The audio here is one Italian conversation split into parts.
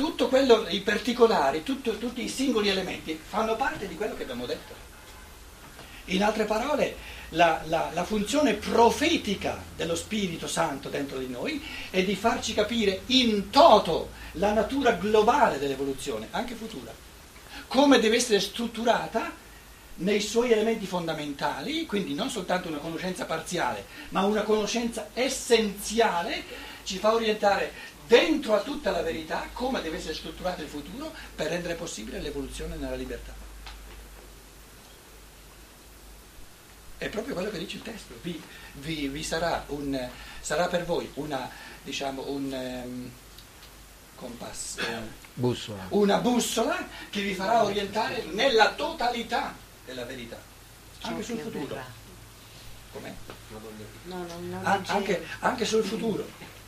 tutto quello, i particolari, tutti i singoli elementi fanno parte di quello che abbiamo detto. In altre parole, la funzione profetica dello Spirito Santo dentro di noi è di farci capire in toto la natura globale dell'evoluzione, anche futura, come deve essere strutturata nei suoi elementi fondamentali, quindi non soltanto una conoscenza parziale, ma una conoscenza essenziale, ci fa orientare dentro a tutta la verità come deve essere strutturato il futuro per rendere possibile l'evoluzione nella libertà. È proprio quello che dice il testo. Vi sarà per voi una, diciamo, un compass, bussola. Una bussola che vi farà orientare nella totalità della verità, anche sul futuro. Com'è? Anche sul futuro.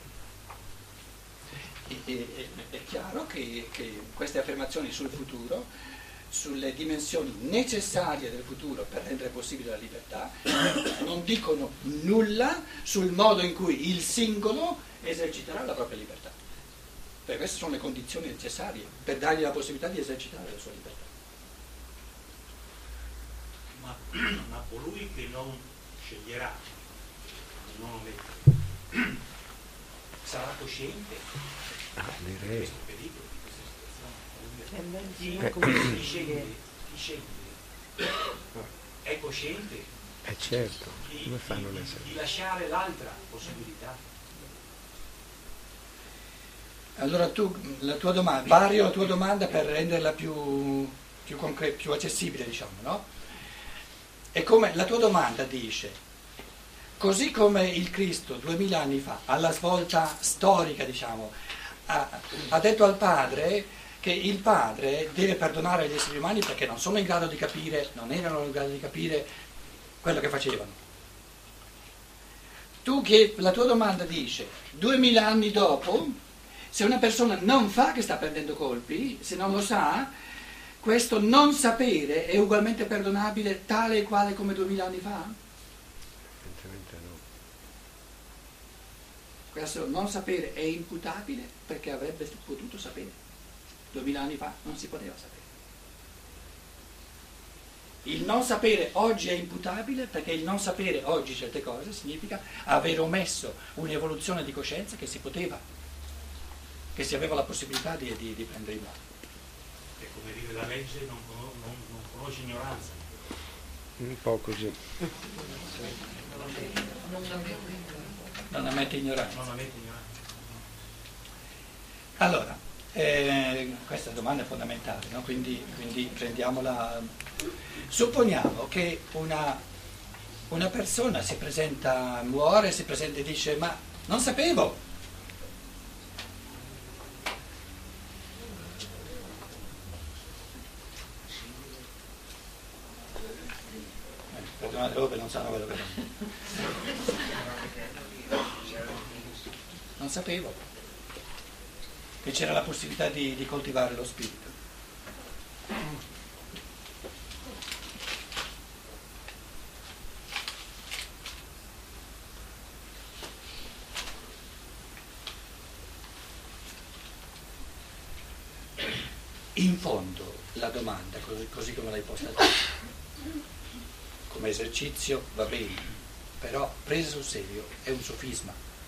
È chiaro che queste affermazioni sul futuro, sulle dimensioni necessarie del futuro per rendere possibile la libertà, non dicono nulla sul modo in cui il singolo eserciterà la propria libertà. Perché queste sono le condizioni necessarie per dargli la possibilità di esercitare la sua libertà. Ma colui che non sceglierà, non lo mette, sarà cosciente di questo pericolo, di questa situazione? Chi sceglie è cosciente certo, come fanno di lasciare l'altra possibilità. Allora la tua domanda, vario la tua domanda per renderla più concreta, più accessibile, diciamo, no? È come la tua domanda dice, così come il Cristo 2000 anni fa, alla svolta storica, diciamo, ha detto al Padre che il Padre deve perdonare gli esseri umani perché non sono in grado di capire, non erano in grado di capire quello che facevano. La tua domanda dice, 2000 anni dopo, se una persona non fa che sta perdendo colpi, se non lo sa, questo non sapere è ugualmente perdonabile tale e quale come 2000 anni fa? Evidentemente no. Questo non sapere è imputabile perché avrebbe potuto sapere. 2000 anni fa non si poteva sapere. Il non sapere oggi è imputabile perché il non sapere oggi certe cose significa aver omesso un'evoluzione di coscienza che si poteva, che si aveva la possibilità di prendere in mano. E come dire la legge non conosce ignoranza. Un po' così. Non ammette ignoranza. Non ammette ignoranza. Allora, questa domanda è fondamentale, no? Quindi prendiamola. Supponiamo che una persona si presenta, muore, si presenta e dice ma non sapevo. Perdonate loro che non sanno quello che non sapevo che c'era la possibilità di coltivare lo spirito. In fondo la domanda, così come l'hai posta tu, come esercizio va bene, però presa sul serio è un sofisma,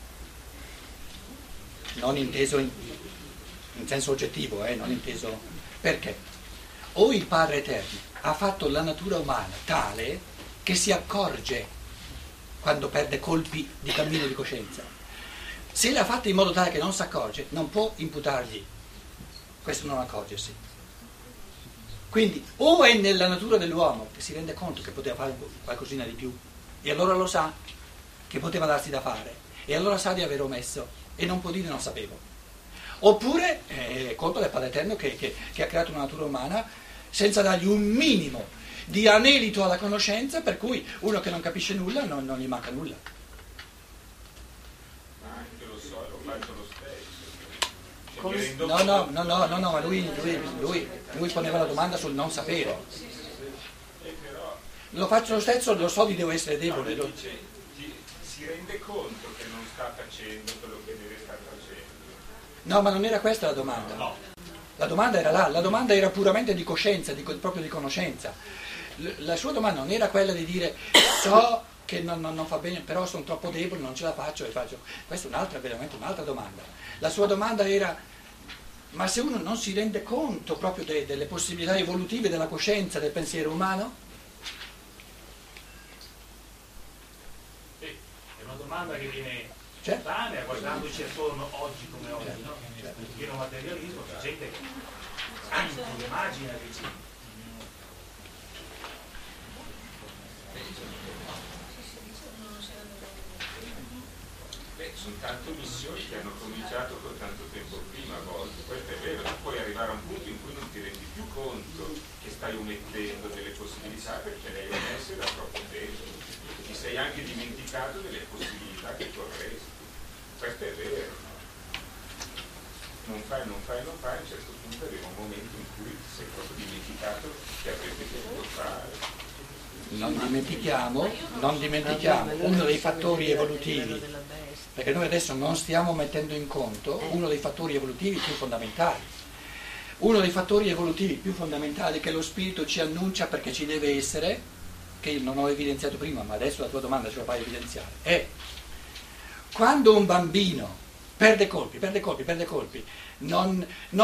non inteso in senso oggettivo, non inteso perché o il Padre Eterno ha fatto la natura umana tale che si accorge quando perde colpi di cammino di coscienza. Se l'ha fatta in modo tale che non si accorge, non può imputargli questo non accorgersi. Quindi o è nella natura dell'uomo che si rende conto che poteva fare qualcosina di più e allora lo sa che poteva darsi da fare e allora sa di aver omesso e non può dire non sapevo. Oppure è colpa del Padre Eterno che ha creato una natura umana senza dargli un minimo di anelito alla conoscenza, per cui uno che non capisce nulla non gli manca nulla. Ma anche lo so, lo faccio lo stesso. No, ma lui poneva la domanda sul non sapere. Lo faccio lo stesso, lo so di devo essere debole. No, si rende conto che non sta facendo quello che deve star facendo. No, ma non era questa la domanda. No. La domanda era là, la domanda era puramente di coscienza, proprio di conoscenza. La sua domanda non era quella di dire so che non fa bene, però sono troppo debole, non ce la faccio e faccio. Questa è veramente un'altra domanda. La sua domanda era: ma se uno non si rende conto proprio delle possibilità evolutive della coscienza, del pensiero umano? Sì, è una domanda che viene Certo. spontanea guardandoci attorno oggi come oggi, Certo, no? certo. Nel pieno materialismo c'è gente che anche immagina che ci sono tante missioni che hanno cominciato con tanto tempo prima a volte, questo è vero, tu puoi arrivare a un punto in cui non ti rendi più conto che stai omettendo delle possibilità perché le hai omesse da troppo tempo, ti sei anche dimenticato delle possibilità che vorresti, questo è vero, non fai, a un certo punto arriva un momento in cui ti sei proprio dimenticato che avresti potuto fare. Non dimentichiamo uno dei fattori evolutivi, perché noi adesso non stiamo mettendo in conto uno dei fattori evolutivi più fondamentali. Uno dei fattori evolutivi più fondamentali che lo spirito ci annuncia perché ci deve essere, che io non ho evidenziato prima, ma adesso la tua domanda ce la fai evidenziare, è quando un bambino perde colpi, non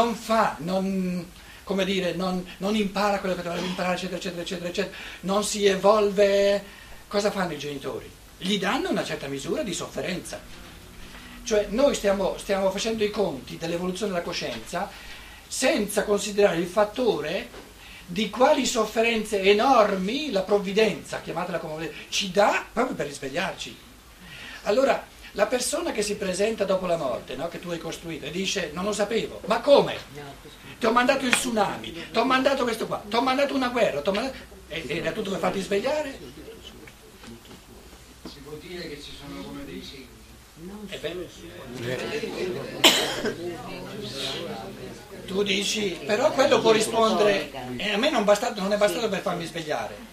impara quello che dovrebbe imparare, eccetera, non si evolve, cosa fanno i genitori? Gli danno una certa misura di sofferenza. Cioè noi stiamo facendo i conti dell'evoluzione della coscienza senza considerare il fattore di quali sofferenze enormi la provvidenza, chiamatela come volete, ci dà proprio per risvegliarci. Allora, la persona che si presenta dopo la morte, no, che tu hai costruito, e dice non lo sapevo, ma come? Ti ho mandato il tsunami, ti ho mandato questo qua, ti ho mandato una guerra, e era tutto per farti svegliare? Si può dire che ci sono come dei segni. Tu dici, però quello può rispondere, a me non è bastato per farmi svegliare.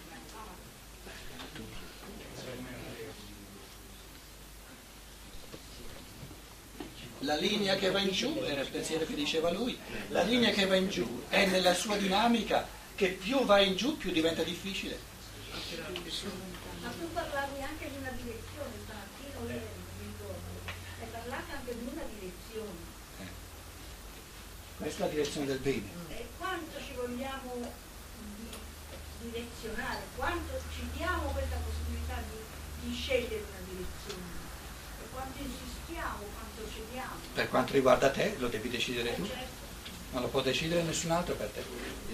La linea che va in giù, era il pensiero che diceva lui, la linea che va in giù è nella sua dinamica che più va in giù più diventa difficile. Ma tu parlavi anche di una direzione stamattina o ieri, non mi ricordo. Hai parlato anche di una direzione. Questa è la direzione del bene. E quanto ci vogliamo direzionare, quanto ci diamo questa possibilità di scegliere una direzione. E quanto insistiamo, quanto cediamo. Per quanto riguarda te, lo devi decidere tu. Certo. Non lo può decidere nessun altro per te.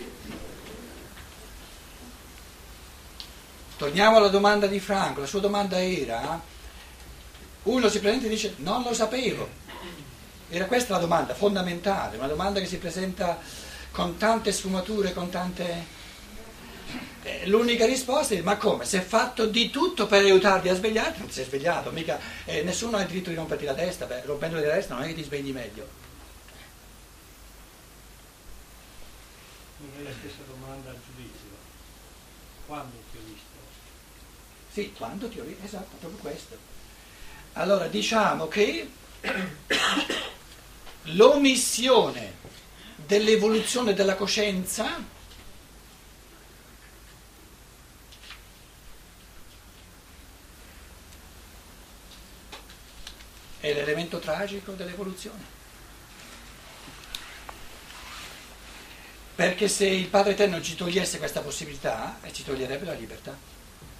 Torniamo alla domanda di Franco. La sua domanda era: uno si presenta e dice non lo sapevo. Era questa la domanda fondamentale, una domanda che si presenta con tante sfumature, con tante... L'unica risposta è: ma come? Se è fatto di tutto per aiutarti a svegliarti, non ti sei svegliato, mica nessuno ha il diritto di romperti la testa. Beh, rompendo la testa non è che ti svegli meglio. Non è la stessa domanda al giudizio. Quando ti ho visto? Sì, quando ti ho visto, esatto, proprio questo. Allora diciamo che l'omissione dell'evoluzione della coscienza è l'elemento tragico dell'evoluzione. Perché se il Padre Eterno ci togliesse questa possibilità, ci toglierebbe la libertà.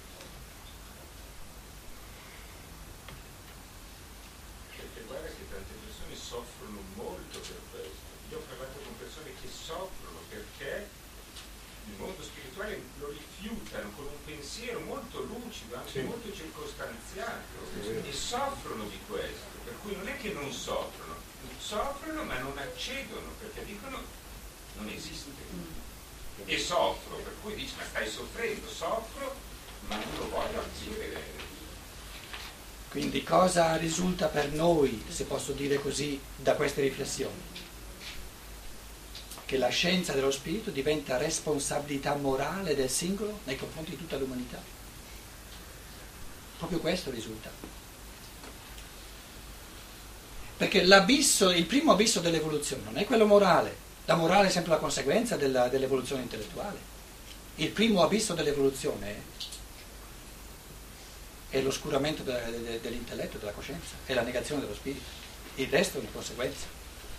Perché guarda che tante persone soffrono molto per questo. Io ho parlato con persone che soffrono perché il mondo spirituale lo rifiutano con un pensiero molto lucido, anche molto circostanziato, e soffrono di questo. Per cui non è che non soffrono ma non accedono perché dicono non esiste. E soffro, per cui dici ma stai soffrendo, soffro ma non lo voglio accedere. Quindi cosa risulta per noi, se posso dire così, da queste riflessioni? Che la scienza dello spirito diventa responsabilità morale del singolo nei confronti di tutta l'umanità. Proprio questo risulta. Perché l'abisso, il primo abisso dell'evoluzione non è quello morale, la morale è sempre la conseguenza dell'evoluzione intellettuale. Il primo abisso dell'evoluzione è l'oscuramento dell'intelletto, della coscienza, è la negazione dello spirito, il resto è una conseguenza.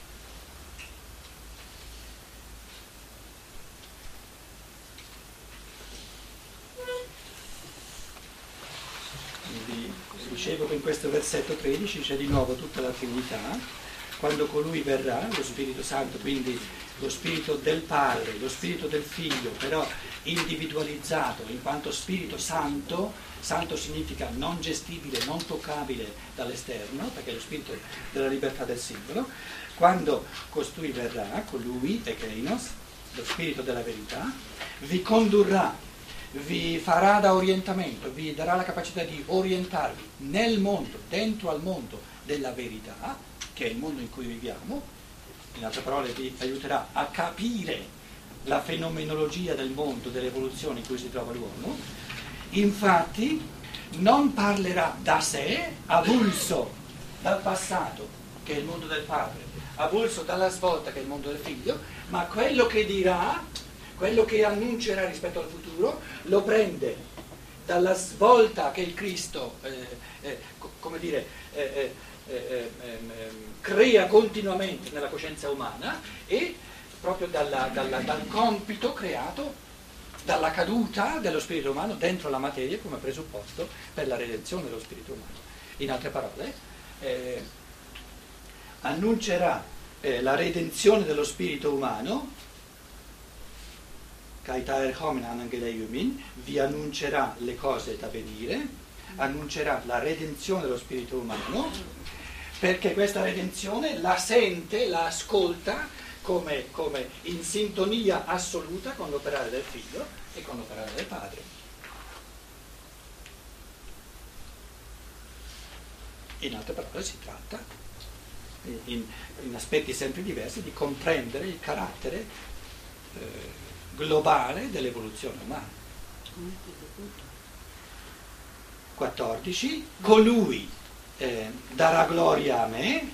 Quindi dicevo che in questo versetto 13 c'è di nuovo tutta la Trinità, quando colui verrà, lo Spirito Santo, quindi lo Spirito del Padre, lo Spirito del Figlio, però individualizzato in quanto Spirito Santo, santo significa non gestibile, non toccabile dall'esterno, perché è lo Spirito della libertà del singolo, quando costui verrà, colui, Ekeinos, lo Spirito della verità, vi condurrà, vi farà da orientamento, vi darà la capacità di orientarvi nel mondo, dentro al mondo della verità, che è il mondo in cui viviamo, in altre parole vi aiuterà a capire la fenomenologia del mondo, dell'evoluzione in cui si trova l'uomo. Infatti non parlerà da sé, avulso dal passato, che è il mondo del padre, avulso dalla svolta, che è il mondo del figlio, ma quello che dirà, quello che annuncerà rispetto al futuro, lo prende dalla svolta che il Cristo, crea continuamente nella coscienza umana, e proprio dal compito creato, dalla caduta dello spirito umano dentro la materia come presupposto per la redenzione dello spirito umano. In altre parole, annuncerà la redenzione dello spirito umano, vi annuncerà le cose da venire, annuncerà la redenzione dello spirito umano, perché questa redenzione la sente, la ascolta come in sintonia assoluta con l'operare del figlio e con l'operare del padre. In altre parole si tratta, in aspetti sempre diversi, di comprendere il carattere globale dell'evoluzione umana. 14. Colui darà gloria a me,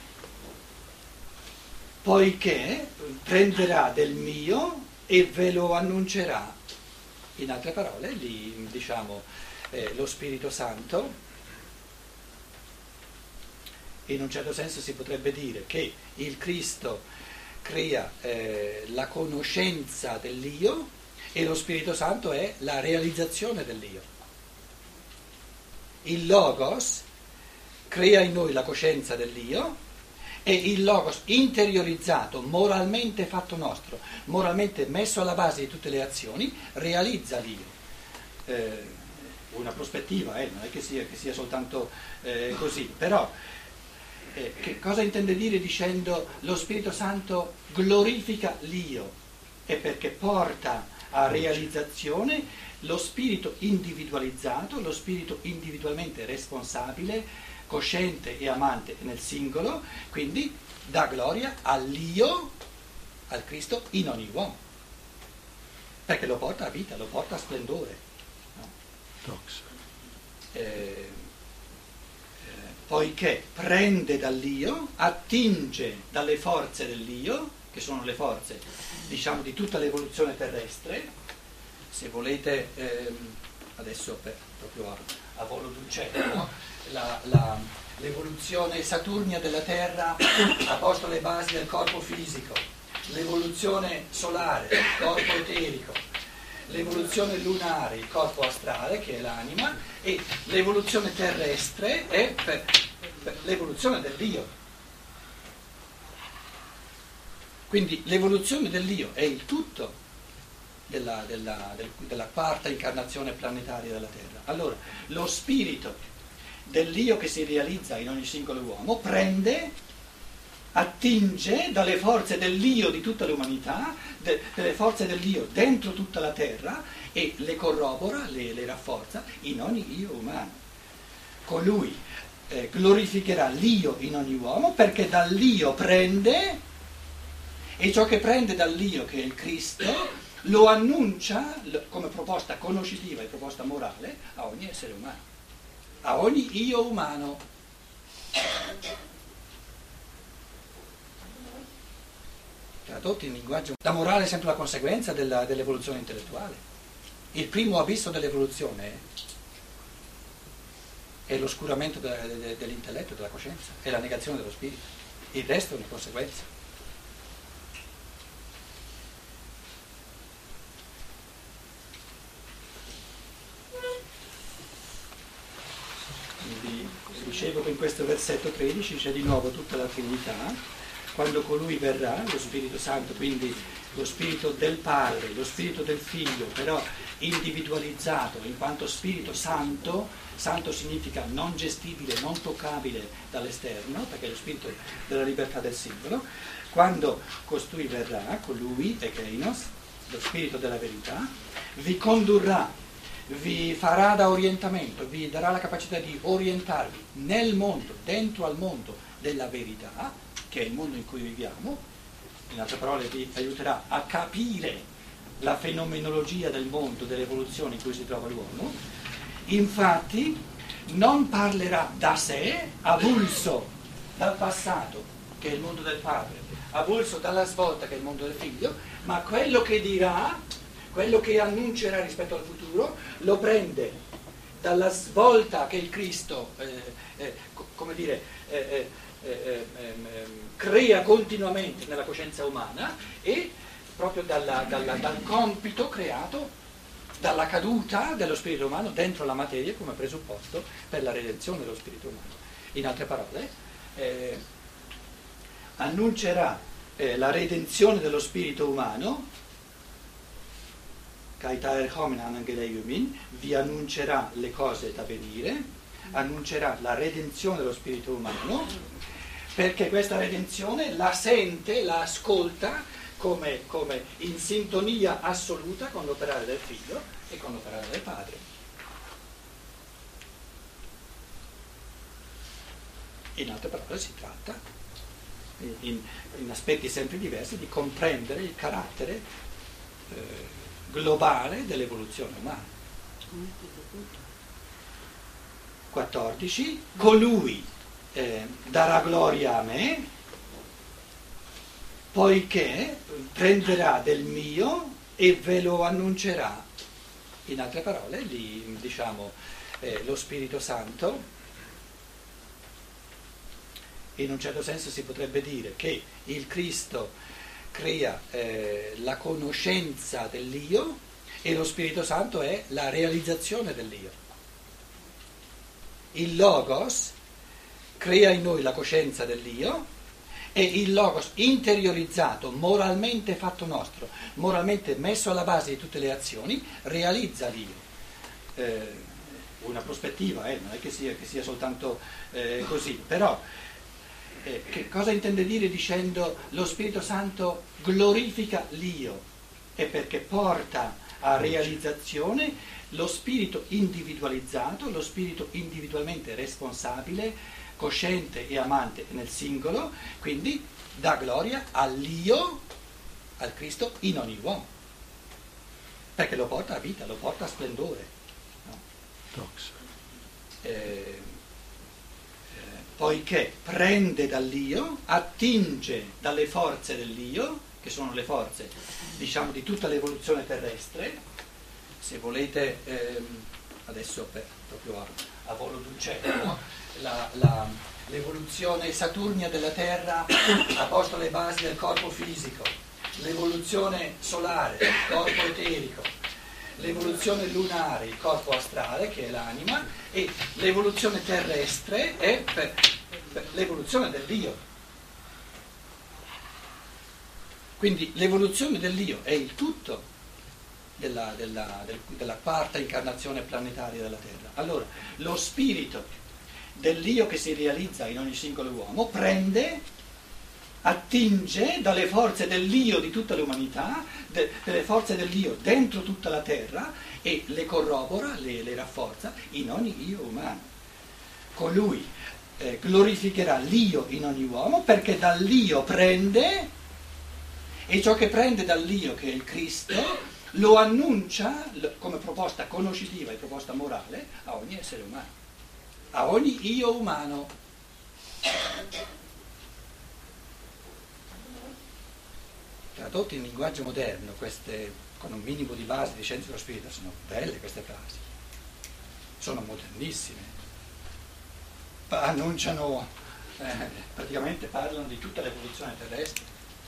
poiché prenderà del mio e ve lo annuncerà. In altre parole, lo Spirito Santo, in un certo senso si potrebbe dire che il Cristo crea la conoscenza dell'io e lo Spirito Santo è la realizzazione dell'io. Il Logos crea in noi la coscienza dell'io e il Logos interiorizzato, moralmente fatto nostro, moralmente messo alla base di tutte le azioni, realizza l'io. Una prospettiva, non è che sia soltanto così, però che cosa intende dire dicendo lo Spirito Santo glorifica l'io? È perché porta a realizzazione lo spirito individualizzato, lo spirito individualmente responsabile, cosciente e amante nel singolo, quindi dà gloria all'io, al Cristo in ogni uomo, perché lo porta a vita, lo porta a splendore. No? Poiché prende dall'io, attinge dalle forze dell'io, che sono le forze, di tutta l'evoluzione terrestre. Se volete, adesso proprio a volo d'uccello, no? L'evoluzione saturnia della Terra ha posto le basi del corpo fisico, l'evoluzione solare, il corpo eterico, l'evoluzione lunare, il corpo astrale, che è l'anima, e l'evoluzione terrestre è per l'evoluzione dell'io. Quindi l'evoluzione dell'io è il tutto della quarta incarnazione planetaria della Terra. Allora, lo spirito dell'io che si realizza in ogni singolo uomo attinge dalle forze dell'io di tutta l'umanità, delle forze dell'io dentro tutta la Terra, e le corrobora, le rafforza in ogni io umano. Colui glorificherà l'io in ogni uomo, perché dall'io prende, e ciò che prende dall'io, che è il Cristo, lo annuncia come proposta conoscitiva e proposta morale a ogni essere umano, a ogni io umano. tradotti in linguaggio. La morale è sempre la conseguenza dell'evoluzione intellettuale. Il primo abisso dell'evoluzione è l'oscuramento dell'intelletto, della coscienza, è la negazione dello spirito. Il resto è una conseguenza. Quindi dicevo che in questo versetto 13 c'è di nuovo tutta la Trinità, quando colui verrà, lo Spirito Santo, quindi lo Spirito del Padre, lo Spirito del Figlio, però individualizzato in quanto Spirito Santo. Santo significa non gestibile, non toccabile dall'esterno, perché è lo Spirito della libertà del singolo. Quando costui verrà, colui, Ekeinos, lo Spirito della verità, vi condurrà, vi farà da orientamento, vi darà la capacità di orientarvi nel mondo, dentro al mondo della verità, che è il mondo in cui viviamo. In altre parole vi aiuterà a capire la fenomenologia del mondo, dell'evoluzione in cui si trova l'uomo. Infatti non parlerà da sé, avulso dal passato, che è il mondo del padre, avulso dalla svolta, che è il mondo del figlio, ma quello che dirà, quello che annuncerà rispetto al futuro, lo prende dalla svolta che il Cristo, crea continuamente nella coscienza umana, e proprio dal compito creato, dalla caduta dello spirito umano dentro la materia come presupposto per la redenzione dello spirito umano. In altre parole, annuncerà la redenzione dello spirito umano, vi annuncerà le cose da venire, annuncerà la redenzione dello spirito umano, perché questa redenzione la sente, la ascolta come in sintonia assoluta con l'operare del figlio e con l'operare del padre. In altre parole si tratta, in aspetti sempre diversi, di comprendere il carattere globale dell'evoluzione umana. 14. Colui darà gloria a me, poiché prenderà del mio e ve lo annuncerà. In altre parole, lo Spirito Santo, in un certo senso si potrebbe dire che il Cristo crea la conoscenza dell'io e lo Spirito Santo è la realizzazione dell'io. Il Logos crea in noi la coscienza dell'io, e il Logos interiorizzato, moralmente fatto nostro, moralmente messo alla base di tutte le azioni, realizza l'io. Una prospettiva, non è che sia soltanto così, però che cosa intende dire dicendo lo Spirito Santo glorifica l'io? È perché porta a realizzazione lo spirito individualizzato, lo spirito individualmente responsabile, cosciente e amante nel singolo, quindi dà gloria all'io, al Cristo in ogni uomo, perché lo porta a vita, lo porta a splendore, no? Poiché prende dall'io, attinge dalle forze dell'io, che sono le forze, di tutta l'evoluzione terrestre. Se volete, adesso proprio a volo d'uccello, no? L'evoluzione saturnia della Terra ha posto le basi del corpo fisico, l'evoluzione solare, il corpo eterico, l'evoluzione lunare, il corpo astrale, che è l'anima, e l'evoluzione terrestre è per l'evoluzione dell'io. Quindi l'evoluzione dell'io è il tutto della quarta incarnazione planetaria della Terra. Allora, lo spirito dell'io che si realizza in ogni singolo uomo attinge dalle forze dell'io di tutta l'umanità, delle forze dell'io dentro tutta la terra, e le corrobora, le rafforza in ogni io umano. Colui glorificherà l'io in ogni uomo, perché dall'io prende, e ciò che prende dall'io, che è il Cristo, lo annuncia come proposta conoscitiva e proposta morale a ogni essere umano, a ogni io umano. tradotte in linguaggio moderno, queste con un minimo di base di scienza dello spirito, sono belle queste frasi, sono modernissime, annunciano, praticamente parlano di tutta l'evoluzione terrestre,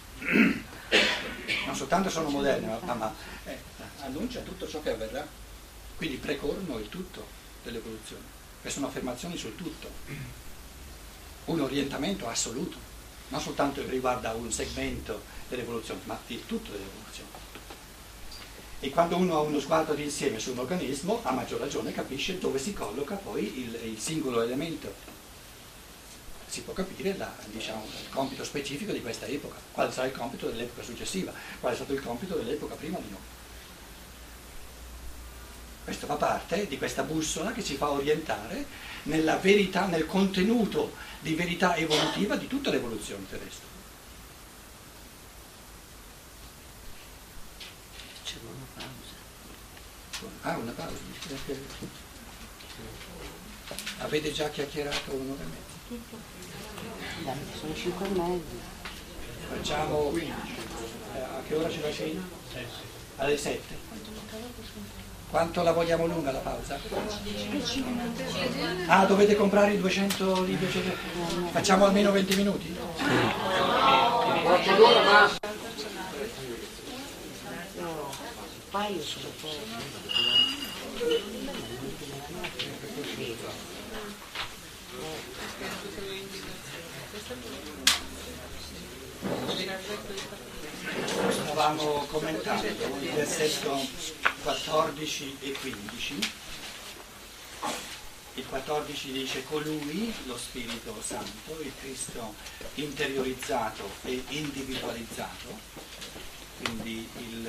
non soltanto sono moderne, ma annunciano tutto ciò che avverrà, quindi precorrono il tutto dell'evoluzione, e sono affermazioni sul tutto, un orientamento assoluto, non soltanto che riguarda un segmento dell'evoluzione, ma il tutto dell'evoluzione. E quando uno ha uno sguardo d'insieme su un organismo, a maggior ragione capisce dove si colloca poi il singolo elemento. Si può capire il compito specifico di questa epoca, quale sarà il compito dell'epoca successiva, quale è stato il compito dell'epoca prima di noi. Questo fa parte di questa bussola che ci fa orientare nella verità, nel contenuto di verità evolutiva di tutta l'evoluzione terrestre. C'è una pausa. Una pausa. Avete già chiacchierato un'ora e mezza? Dai, sono 5:30. Facciamo a che ora c'è la cena? Alle 7. Quanto la vogliamo lunga la pausa? Dovete comprare i 200 libri? Facciamo almeno 20 minuti? Paio sono pochi. Stavamo commentando il versetto 14 e 15. Il 14 dice: colui, lo Spirito Santo, il Cristo interiorizzato e individualizzato, quindi il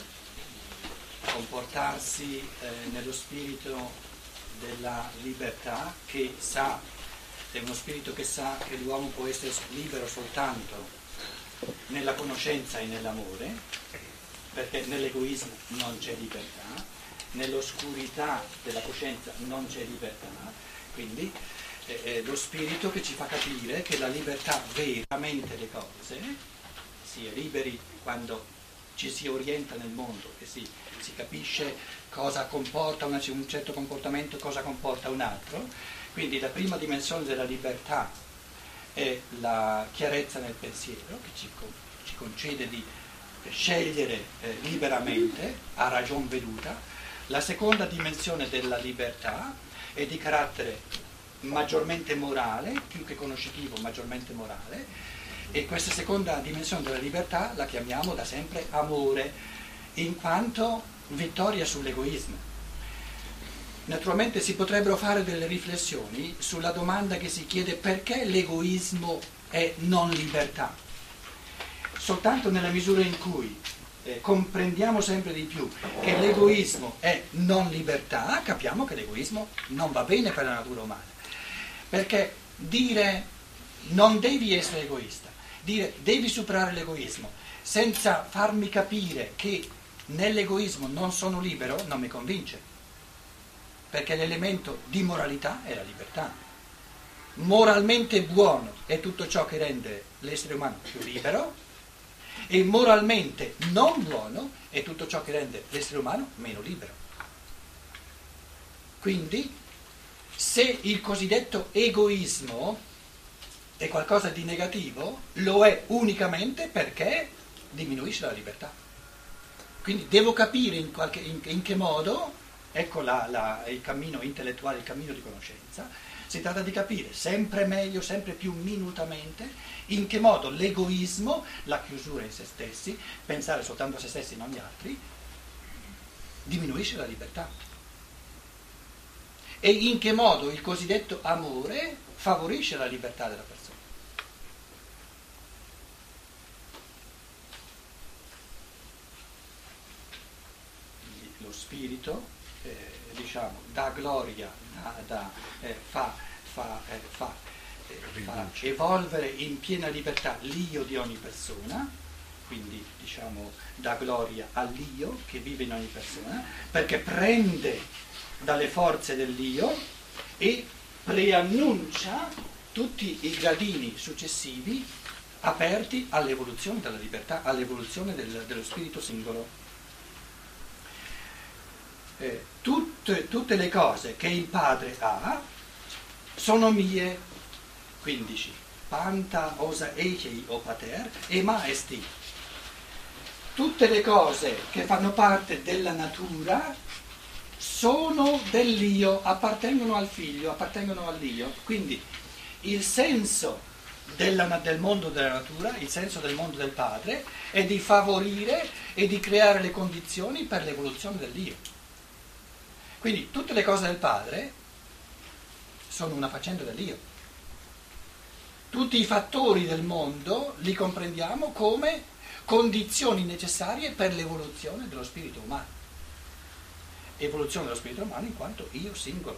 comportarsi nello spirito della libertà, che sa, è uno spirito che sa che l'uomo può essere libero soltanto nella conoscenza e nell'amore, perché nell'egoismo non c'è libertà, nell'oscurità della coscienza non c'è libertà, quindi lo spirito che ci fa capire che la libertà veramente le cose, si è liberi quando ci si orienta nel mondo e si capisce cosa comporta un certo comportamento, cosa comporta un altro, quindi la prima dimensione della libertà è la chiarezza nel pensiero, che ci concede di scegliere liberamente, a ragion veduta. La seconda dimensione della libertà è di carattere maggiormente morale, più che conoscitivo, maggiormente morale, e questa seconda dimensione della libertà la chiamiamo da sempre amore, in quanto vittoria sull'egoismo. Naturalmente si potrebbero fare delle riflessioni sulla domanda che si chiede: perché l'egoismo è non libertà? Soltanto nella misura in cui comprendiamo sempre di più che l'egoismo è non libertà, capiamo che l'egoismo non va bene per la natura umana. Perché dire non devi essere egoista, dire devi superare l'egoismo, senza farmi capire che nell'egoismo non sono libero, non mi convince. Perché l'elemento di moralità è la libertà. Moralmente buono è tutto ciò che rende l'essere umano più libero, e moralmente non buono è tutto ciò che rende l'essere umano meno libero. Quindi, se il cosiddetto egoismo è qualcosa di negativo, lo è unicamente perché diminuisce la libertà. Quindi devo capire in che modo, ecco il cammino intellettuale, il cammino di conoscenza, si tratta di capire sempre meglio, sempre più minutamente, in che modo l'egoismo, la chiusura in se stessi, pensare soltanto a se stessi e non agli altri, diminuisce la libertà. E in che modo il cosiddetto amore favorisce la libertà della persona. Lo spirito, dà gloria, fa evolvere in piena libertà l'io di ogni persona, quindi dà gloria all'io che vive in ogni persona, perché prende dalle forze dell'io e preannuncia tutti i gradini successivi aperti all'evoluzione della libertà, all'evoluzione dello spirito singolo. Tutte le cose che il Padre ha sono mie. 15. Panta osa eichei o pater e maesti. Tutte le cose che fanno parte della natura sono dell'io, appartengono al figlio, appartengono all'io. Quindi il senso del mondo della natura, il senso del mondo del Padre è di favorire e di creare le condizioni per l'evoluzione dell'io. Quindi tutte le cose del Padre sono una faccenda dell'io. Tutti i fattori del mondo li comprendiamo come condizioni necessarie per l'evoluzione dello spirito umano. Evoluzione dello spirito umano in quanto io singolo.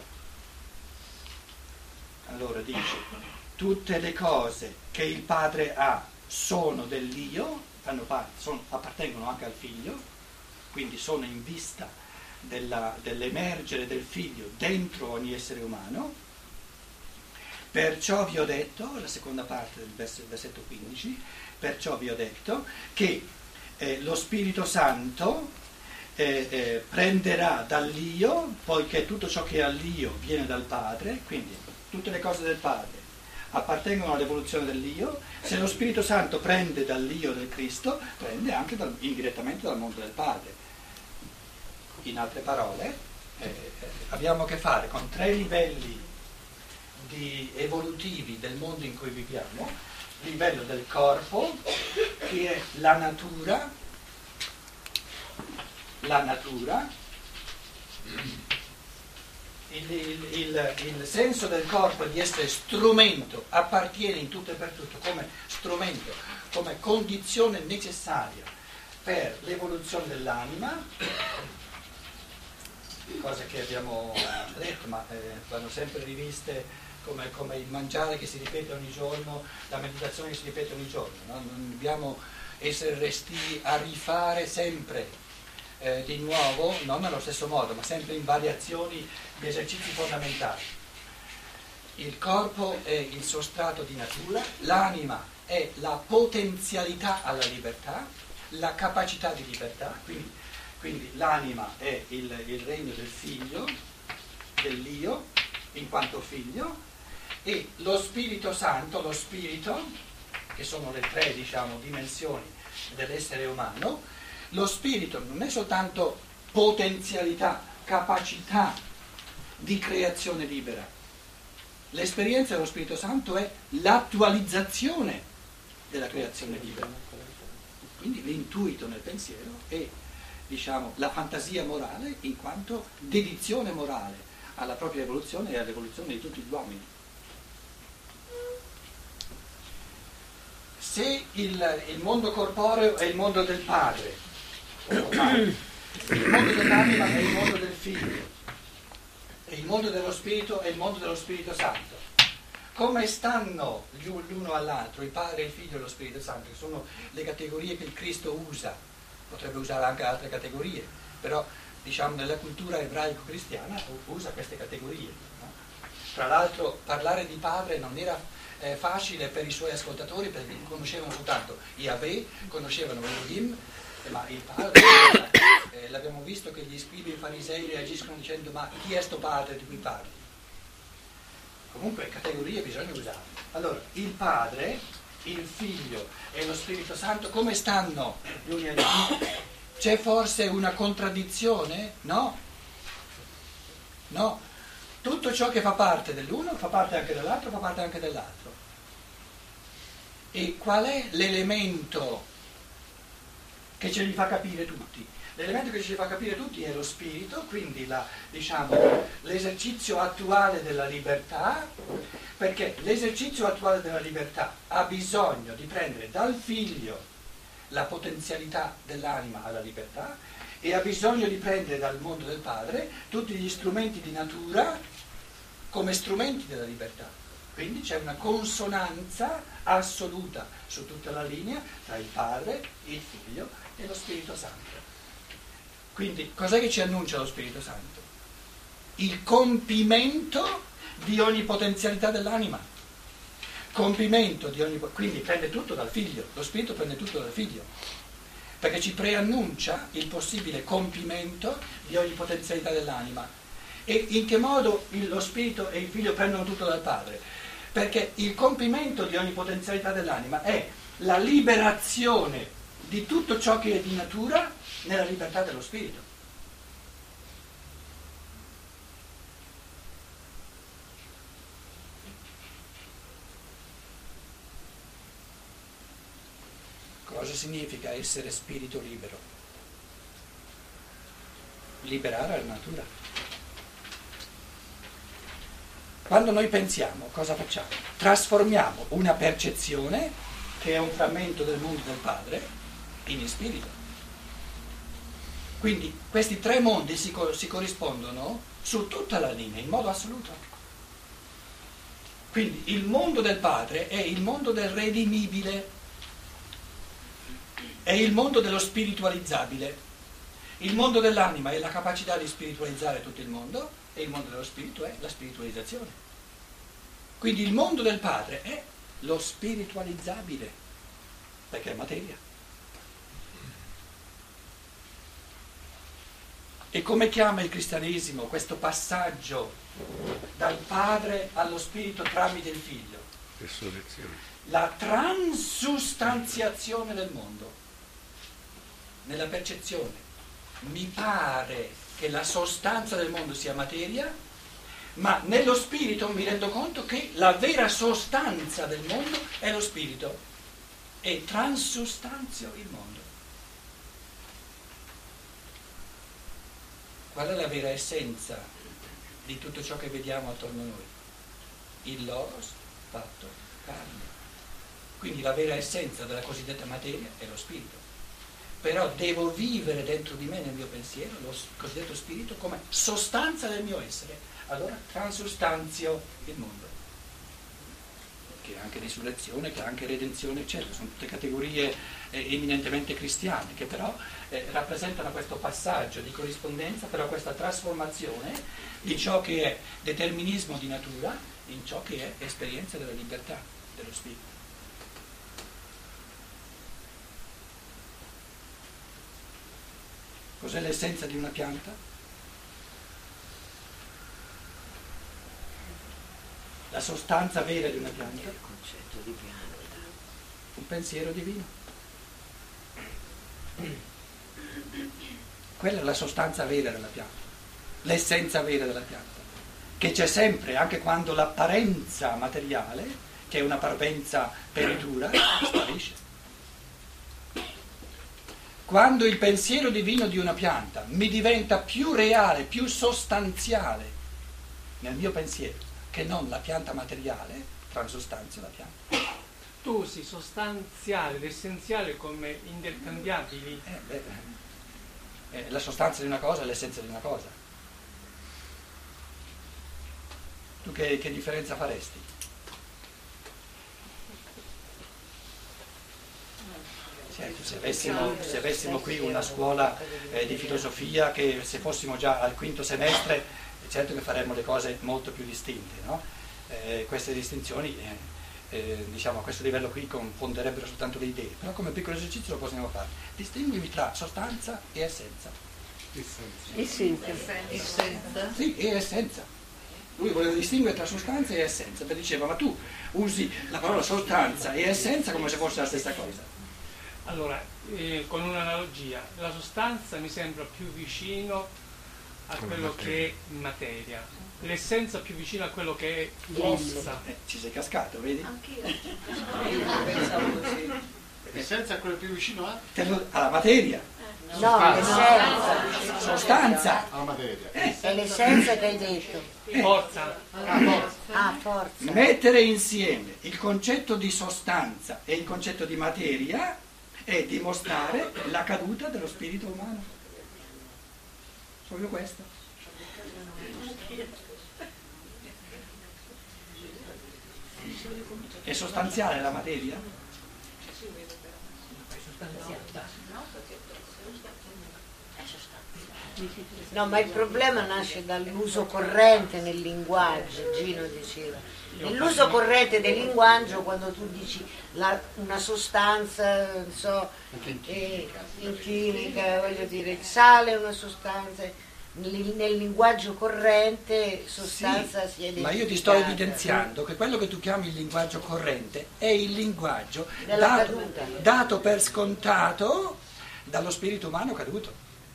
Allora dice, tutte le cose che il Padre ha sono dell'io, appartengono anche al figlio, quindi sono in vista dell'emergere del figlio dentro ogni essere umano. Perciò vi ho detto, la seconda parte del versetto 15, perciò vi ho detto che lo Spirito Santo prenderà dall'io, poiché tutto ciò che è all'io viene dal Padre, quindi tutte le cose del Padre appartengono all'evoluzione dell'io. Se lo Spirito Santo prende dall'io del Cristo, prende anche indirettamente dal mondo del Padre. In altre parole, abbiamo a che fare con 3 livelli evolutivi del mondo in cui viviamo: il livello del corpo, che è la natura, il senso del corpo di essere strumento, appartiene in tutto e per tutto come strumento, come condizione necessaria per l'evoluzione dell'anima, cose che abbiamo letto ma vanno sempre riviste, come il mangiare che si ripete ogni giorno, la meditazione che si ripete ogni giorno, no? Non dobbiamo essere restii a rifare sempre di nuovo, non allo stesso modo, ma sempre in variazioni di esercizi fondamentali. Il corpo è il sostrato di natura, l'anima è la potenzialità alla libertà, la capacità di libertà, quindi l'anima è il regno del figlio, dell'io, in quanto figlio, e lo Spirito Santo, lo spirito, che sono le 3 dimensioni dell'essere umano. Lo spirito non è soltanto potenzialità, capacità di creazione libera. L'esperienza dello Spirito Santo è l'attualizzazione della creazione libera. Quindi l'intuito nel pensiero è la fantasia morale in quanto dedizione morale alla propria evoluzione e all'evoluzione di tutti gli uomini. Se il mondo corporeo è il mondo del Padre, il mondo dell'anima è il mondo del Figlio e il mondo dello Spirito è il mondo dello Spirito Santo, come stanno l'uno all'altro, il Padre, il Figlio e lo Spirito Santo, che sono le categorie che il Cristo usa? Potrebbe usare anche altre categorie, però nella cultura ebraico-cristiana usa queste categorie, no? Tra l'altro parlare di Padre non era facile per i suoi ascoltatori, perché conoscevano soltanto Yahweh, conoscevano Elohim, ma il Padre, l'abbiamo visto che gli scribi e i farisei reagiscono dicendo: ma chi è sto Padre di cui parli? Comunque categorie bisogna usare. Allora, il Padre, il Figlio e lo Spirito Santo come stanno gli uni agli altri? C'è forse una contraddizione? No. Tutto ciò che fa parte dell'uno fa parte anche dell'altro, fa parte anche dell'altro. E qual è l'elemento che ce li fa capire tutti? L'elemento che ci fa capire tutti è lo spirito, quindi l'esercizio attuale della libertà, perché l'esercizio attuale della libertà ha bisogno di prendere dal figlio la potenzialità dell'anima alla libertà e ha bisogno di prendere dal mondo del Padre tutti gli strumenti di natura come strumenti della libertà. Quindi c'è una consonanza assoluta su tutta la linea tra il Padre, il Figlio e lo Spirito Santo. Quindi cos'è che ci annuncia lo Spirito Santo? Il compimento di ogni potenzialità dell'anima. compimento di ogni... Quindi prende tutto dal figlio, lo spirito prende tutto dal figlio, perché ci preannuncia il possibile compimento di ogni potenzialità dell'anima. E in che modo lo spirito e il figlio prendono tutto dal padre? Perché il compimento di ogni potenzialità dell'anima è la liberazione di tutto ciò che è di natura nella libertà dello spirito. Cosa significa essere spirito libero? Liberare la natura. Quando noi pensiamo, cosa facciamo? Trasformiamo una percezione, che è un frammento del mondo del Padre, in spirito. Quindi questi tre mondi si corrispondono su tutta la linea, in modo assoluto. Quindi il mondo del Padre è il mondo del redimibile, è il mondo dello spiritualizzabile. Il mondo dell'anima è la capacità di spiritualizzare tutto il mondo e il mondo dello spirito è la spiritualizzazione. Quindi il mondo del Padre è lo spiritualizzabile, perché è materia. E come chiama il cristianesimo questo passaggio dal Padre allo Spirito tramite il Figlio? Resurrezione. La transustanziazione del mondo. Nella percezione mi pare che la sostanza del mondo sia materia, ma nello spirito mi rendo conto che la vera sostanza del mondo è lo spirito e transustanzio il mondo. Qual è la vera essenza di tutto ciò che vediamo attorno a noi? Il Logos fatto carne. Quindi la vera essenza della cosiddetta materia è lo spirito. Però devo vivere dentro di me, nel mio pensiero, lo cosiddetto spirito come sostanza del mio essere. Allora transustanzio il mondo, che è anche risurrezione, che è anche redenzione, eccetera. Sono tutte categorie eminentemente cristiane, che però rappresentano questo passaggio di corrispondenza, però questa trasformazione di ciò che è determinismo di natura in ciò che è esperienza della libertà dello spirito. Cos'è l'essenza di una pianta? La sostanza vera di una pianta? Il concetto di pianta. Un pensiero divino. Quella è la sostanza vera della pianta, l'essenza vera della pianta, che c'è sempre, anche quando l'apparenza materiale, che è una parvenza peritura, sparisce. Quando il pensiero divino di una pianta mi diventa più reale, più sostanziale nel mio pensiero, che non la pianta materiale, transustanzia la pianta. Tu usi sostanziale ed essenziale come intercambiabili. La sostanza di una cosa è l'essenza di una cosa. Tu che differenza faresti? Certo, se avessimo qui una scuola di filosofia, che se fossimo già al quinto semestre, certo che faremmo le cose molto più distinte, no? Queste distinzioni, diciamo, a questo livello qui confonderebbero soltanto le idee, però come piccolo esercizio lo possiamo fare. Distinguimi tra sostanza e essenza. Essenza. Sì, e essenza. Lui voleva distinguere tra sostanza e essenza, perché diceva, ma tu usi la parola sostanza e essenza come se fosse la stessa cosa. Allora, con un'analogia, la sostanza mi sembra più vicino a quello che è materia, l'essenza più vicino a quello che è forza. Ci sei cascato, vedi? Anch'io. Pensavo così. L'essenza è quello più vicino a? Alla materia. No, l'essenza. Sostanza. Alla materia. È l'essenza che hai detto. Forza. Ah, forza. Mettere insieme il concetto di sostanza e il concetto di materia è dimostrare la caduta dello spirito umano. Proprio questo. È sostanziale la materia? No, ma il problema nasce dall'uso corrente nel linguaggio. Gino diceva, Nell'uso corrente del linguaggio, quando tu dici una sostanza, non so, in chimica, voglio dire, il sale è una sostanza, nel linguaggio corrente sostanza si è ma io ti sto evidenziando che quello che tu chiami il linguaggio corrente è il linguaggio dato per scontato dallo spirito umano caduto.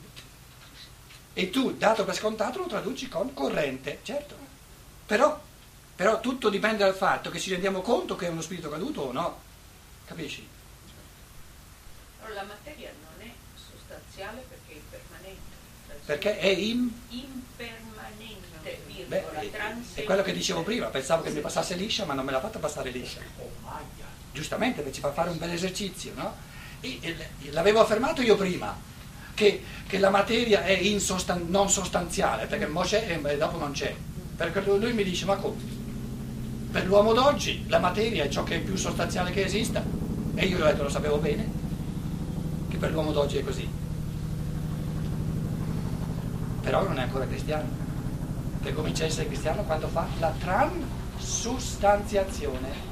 E tu, dato per scontato, lo traduci con corrente, certo. Però tutto dipende dal fatto che ci rendiamo conto che è uno spirito caduto o no. Capisci? Però la materia non è sostanziale perché è impermanente. Perché è impermanente, virgola, è quello che dicevo prima, pensavo che mi passasse liscia, ma non me l'ha fatta passare liscia. Giustamente, perché ci fa fare un bel esercizio, no? E l'avevo affermato io prima, che la materia è non sostanziale, perché mo c'è e dopo non c'è. Perché lui mi dice, ma come? Per l'uomo d'oggi la materia è ciò che è più sostanziale che esista. E io lo sapevo bene, che per l'uomo d'oggi è così. Però non è ancora cristiano, che comincia a essere cristiano quando fa la transustanziazione.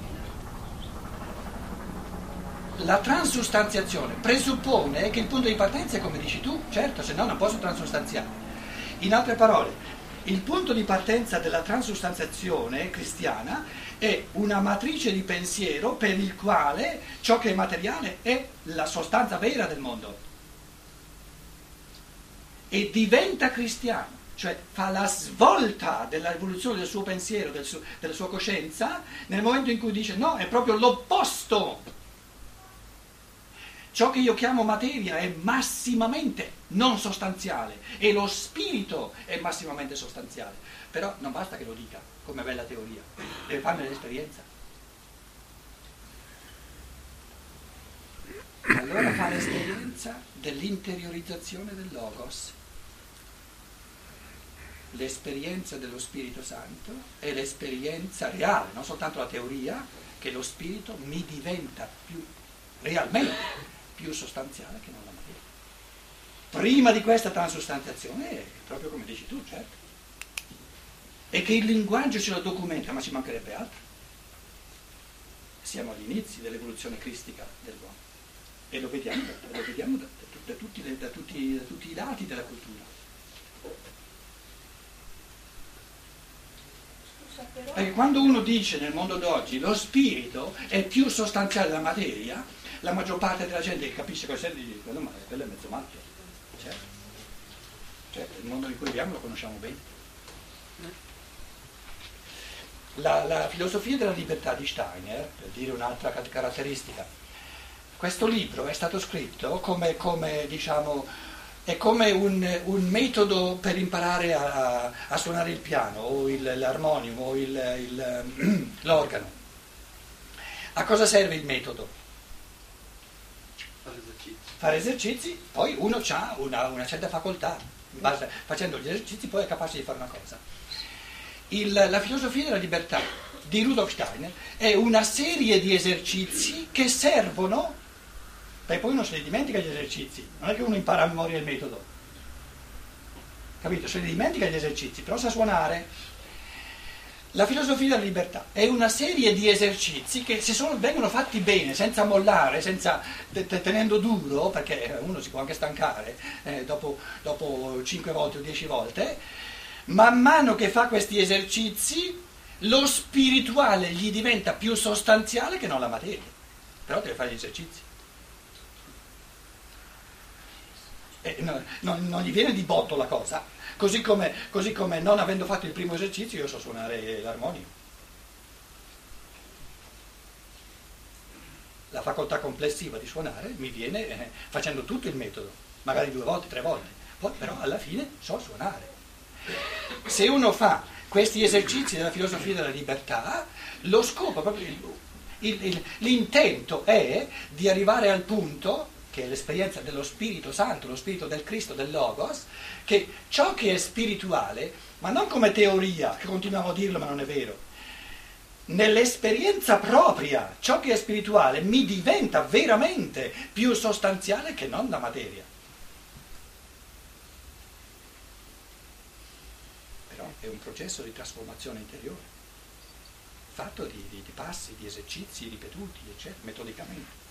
La transustanziazione presuppone che il punto di partenza è come dici tu, certo, se no non posso transustanziare. In altre parole, il punto di partenza della transustanziazione cristiana è una matrice di pensiero per il quale ciò che è materiale è la sostanza vera del mondo. E diventa cristiano, cioè fa la svolta dell'evoluzione del suo pensiero, della sua coscienza, nel momento in cui dice no, è proprio l'opposto. Ciò che io chiamo materia è massimamente non sostanziale e lo spirito è massimamente sostanziale. Però non basta che lo dica come bella teoria, deve farne l'esperienza. Allora fa l'esperienza dell'interiorizzazione del Logos. L'esperienza dello Spirito Santo è l'esperienza reale, non soltanto la teoria, che lo Spirito mi diventa realmente più sostanziale che non la materia. Prima di questa transustanziazione è proprio come dici tu, certo. E che il linguaggio ce lo documenta, ma ci mancherebbe altro. Siamo agli inizi dell'evoluzione cristica dell'uomo e lo vediamo da tutti i lati della cultura. Perché quando uno dice nel mondo d'oggi lo spirito è più sostanziale della materia, la maggior parte della gente che capisce cosa dice quello è mezzo matto. Certo, il mondo in cui viviamo lo conosciamo bene. La filosofia della libertà di Steiner, per dire un'altra caratteristica, questo libro è stato scritto come diciamo, è come un metodo per imparare a suonare il piano o l'armonium o l'organo. A cosa serve il metodo? Fare esercizi, poi uno ha una certa facoltà, facendo gli esercizi poi è capace di fare una cosa. La filosofia della libertà di Rudolf Steiner è una serie di esercizi che servono, perché poi uno se ne dimentica gli esercizi, non è che uno impara a memoria il metodo, capito? Se ne dimentica gli esercizi, però sa suonare. La filosofia della libertà è una serie di esercizi che se vengono fatti bene, senza mollare, tenendo duro, perché uno si può anche stancare dopo 5 volte o 10 volte, man mano che fa questi esercizi lo spirituale gli diventa più sostanziale che non la materia, però deve fare gli esercizi. Non gli viene di botto la cosa, così come non avendo fatto il primo esercizio io so suonare l'armonium. La facoltà complessiva di suonare mi viene facendo tutto il metodo, magari 2 volte, 3 volte, poi però alla fine so suonare. Se uno fa questi esercizi della filosofia della libertà, lo scopo, proprio l'intento è di arrivare al punto, che è l'esperienza dello Spirito Santo, lo Spirito del Cristo, del Logos, che ciò che è spirituale, ma non come teoria, che continuiamo a dirlo ma non è vero, nell'esperienza propria, ciò che è spirituale mi diventa veramente più sostanziale che non la materia. Però è un processo di trasformazione interiore, fatto di passi, di esercizi ripetuti, eccetera, metodicamente.